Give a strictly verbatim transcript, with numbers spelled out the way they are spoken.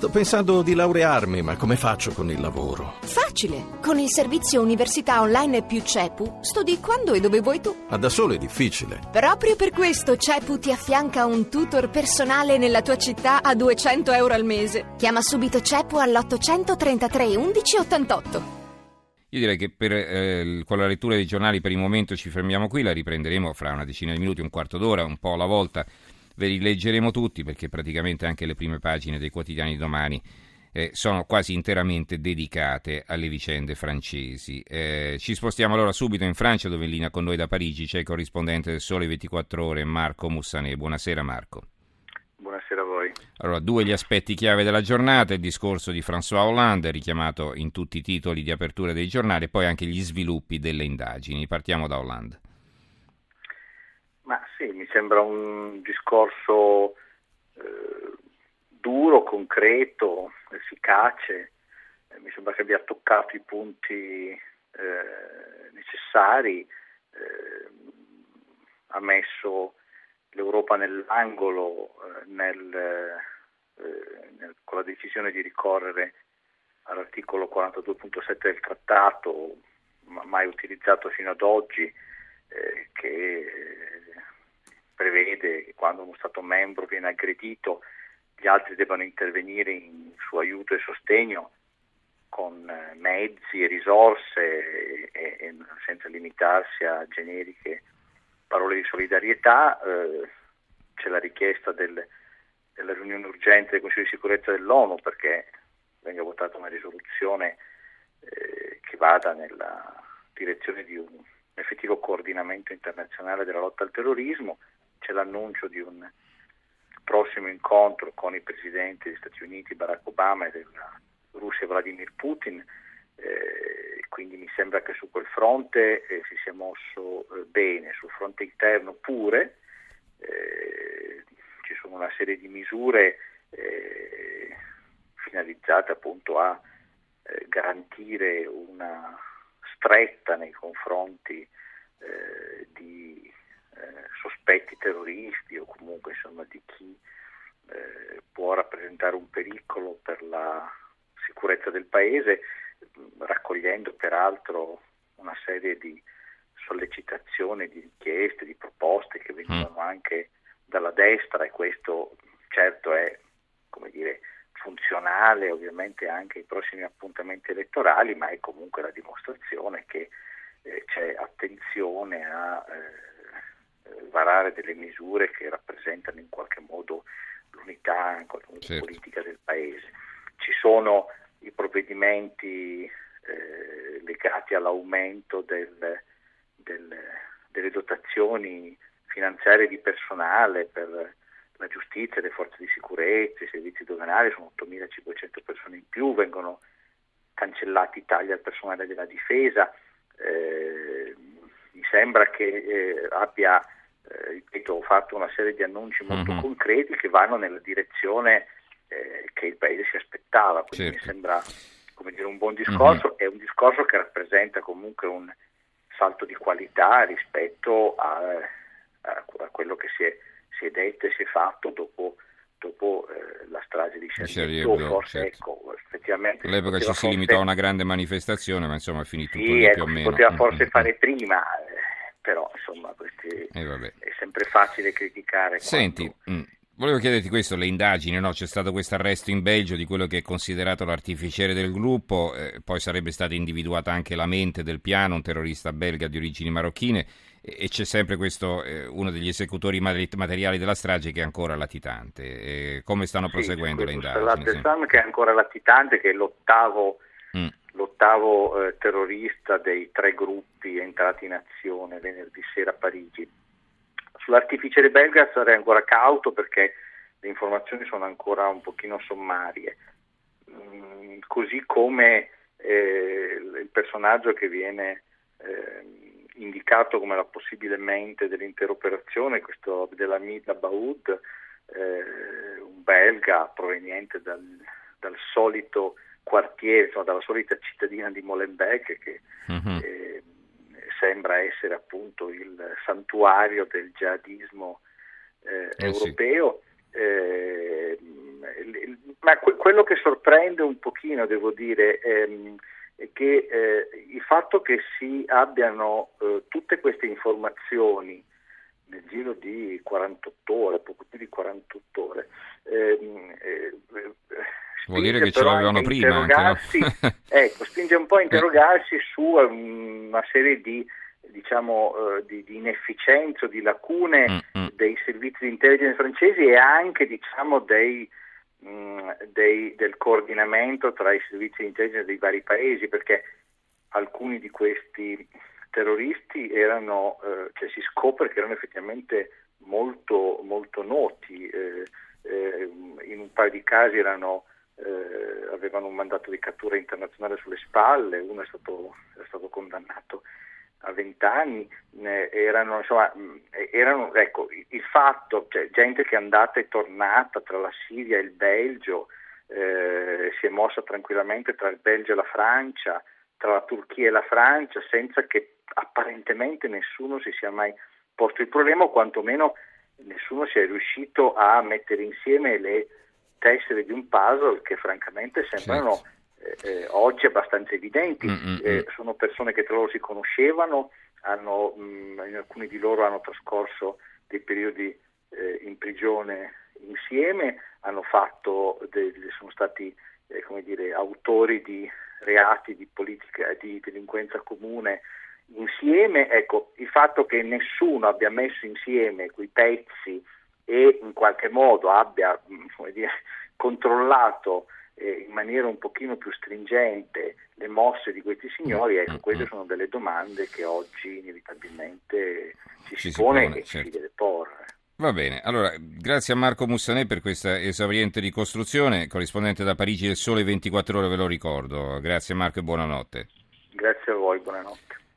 Sto pensando di laurearmi, ma come faccio con il lavoro? Facile! Con il servizio Università Online più CEPU studi quando e dove vuoi tu. Ma da solo è difficile. Proprio per questo CEPU ti affianca un tutor personale nella tua città a duecento euro al mese. Chiama subito CEPU all'ottocentotrentatré undici ottantotto. Io direi che per, eh, con la lettura dei giornali per il momento ci fermiamo qui, la riprenderemo fra una decina di minuti, un quarto d'ora, un po' alla volta. Ve li leggeremo tutti perché praticamente anche le prime pagine dei quotidiani di domani eh, sono quasi interamente dedicate alle vicende francesi. Eh, ci spostiamo allora subito in Francia, dove in linea con noi da Parigi c'è il corrispondente del Sole ventiquattro Ore, Marco Mussanè. Buonasera Marco. Buonasera a voi. Allora, due gli aspetti chiave della giornata, il discorso di François Hollande, richiamato in tutti i titoli di apertura dei giornali, e poi anche gli sviluppi delle indagini. Partiamo da Hollande. Ma sì, mi sembra un discorso eh, duro, concreto, efficace. Eh, mi sembra che abbia toccato i punti eh, necessari, eh, ha messo l'Europa nell'angolo eh, nel, eh, nel, con la decisione di ricorrere all'articolo quarantadue punto sette del trattato, ma mai utilizzato fino ad oggi, eh, che eh, prevede che quando uno Stato membro viene aggredito gli altri debbano intervenire in suo aiuto e sostegno con eh, mezzi e risorse e, e senza limitarsi a generiche parole di solidarietà. Eh, c'è la richiesta del, della riunione urgente del Consiglio di sicurezza dell'ONU perché venga votata una risoluzione eh, che vada nella direzione di un effettivo coordinamento internazionale della lotta al terrorismo. C'è l'annuncio di un prossimo incontro con i presidenti degli Stati Uniti Barack Obama e della Russia Vladimir Putin, eh, quindi mi sembra che su quel fronte eh, si sia mosso eh, bene. Sul fronte interno pure eh, ci sono una serie di misure eh, finalizzate appunto a eh, garantire una stretta nei confronti eh, di eh, sospetti terroristi o comunque insomma di chi eh, può rappresentare un pericolo per la sicurezza del paese, raccogliendo peraltro una serie di sollecitazioni, di richieste, di proposte che venivano anche dalla destra, e questo certo è, come dire, funzionale ovviamente anche ai prossimi appuntamenti elettorali, ma è comunque la dimostrazione che eh, c'è attenzione a eh, varare delle misure che rappresentano in qualche modo l'unità in qualche modo certo. politica del paese. Ci sono i provvedimenti eh, legati all'aumento del, del, delle dotazioni finanziarie di personale per la giustizia, le forze di sicurezza, i servizi doganali. Sono ottomilacinquecento persone in più, vengono cancellati i tagli al personale della difesa. Eh, mi sembra che eh, abbia eh, ripeto, fatto una serie di annunci molto mm-hmm. concreti che vanno nella direzione eh, che il paese si aspettava, quindi certo. mi sembra, come dire, un buon discorso. Mm-hmm. È un discorso che rappresenta comunque un salto di qualità rispetto a, a, a quello che si è, si è detto e si è fatto dopo dopo eh, la strage di Charlie Hebdo, forse certo. ecco, effettivamente all'epoca ci si forse... limitò a una grande manifestazione, ma insomma è finito sì, tutto lì ecco, più o meno. Si poteva forse mm-hmm. fare prima, eh, però insomma questi, eh, è sempre facile criticare. Senti, quando... mh, volevo chiederti questo, le indagini, no? C'è stato questo arresto in Belgio di quello che è considerato l'artificiere del gruppo, eh, poi sarebbe stata individuata anche la mente del piano, un terrorista belga di origini marocchine, e c'è sempre questo, eh, uno degli esecutori materiali della strage che è ancora latitante. Eh, come stanno sì, proseguendo le indagini? Sì. Che è ancora latitante, che è l'ottavo, mm. l'ottavo eh, terrorista dei tre gruppi entrati in azione venerdì sera a Parigi. Sull'artificiere belga sarei ancora cauto perché le informazioni sono ancora un pochino sommarie, mm, così come eh, il personaggio che viene eh, indicato come la possibile mente dell'intera operazione, questo Abdelhamid Abaoud, eh, un belga proveniente dal, dal solito quartiere, insomma, dalla solita cittadina di Molenbeek, che uh-huh. eh, sembra essere appunto il santuario del jihadismo eh, eh, europeo. Sì. Eh, ma que- quello che sorprende un pochino, devo dire, ehm, è che eh, il fatto che si abbiano eh, tutte queste informazioni nel giro di quarantotto ore, poco più di quarantotto ore, ehm, eh, vuol dire che ce l'avevano prima anche, no? Ecco, spinge un po' a interrogarsi su una serie di, diciamo, eh, di, di inefficienze o di lacune mm-hmm. dei servizi di intelligence francesi e anche, diciamo, dei, mh, dei, del coordinamento tra i servizi di intelligence dei vari paesi, perché alcuni di questi terroristi erano, eh, cioè si scopre che erano effettivamente molto, molto noti, eh, eh, in un paio di casi erano Eh, avevano un mandato di cattura internazionale sulle spalle, uno è stato, è stato condannato a vent'anni, eh, erano, insomma, erano, ecco, il fatto, cioè gente che è andata e tornata tra la Siria e il Belgio, eh, si è mossa tranquillamente tra il Belgio e la Francia, tra la Turchia e la Francia, senza che apparentemente nessuno si sia mai posto il problema, o quantomeno nessuno sia riuscito a mettere insieme le tessere di un puzzle che francamente sembrano certo. eh, oggi abbastanza evidenti. Eh, sono persone che tra loro si conoscevano, hanno, mh, alcuni di loro hanno trascorso dei periodi eh, in prigione insieme, hanno fatto de- sono stati eh, come dire, autori di reati di politica di delinquenza comune insieme. Ecco, il fatto che nessuno abbia messo insieme quei pezzi e in qualche modo abbia, come dire, controllato eh, in maniera un pochino più stringente le mosse di questi signori, ecco, queste sono delle domande che oggi inevitabilmente ci, ci si pone, pone e certo. ci si deve porre. Va bene, allora grazie a Marco Mussanè per questa esauriente ricostruzione, corrispondente da Parigi del Sole ventiquattro Ore, ve lo ricordo. Grazie Marco e buonanotte. Grazie a voi, buonanotte.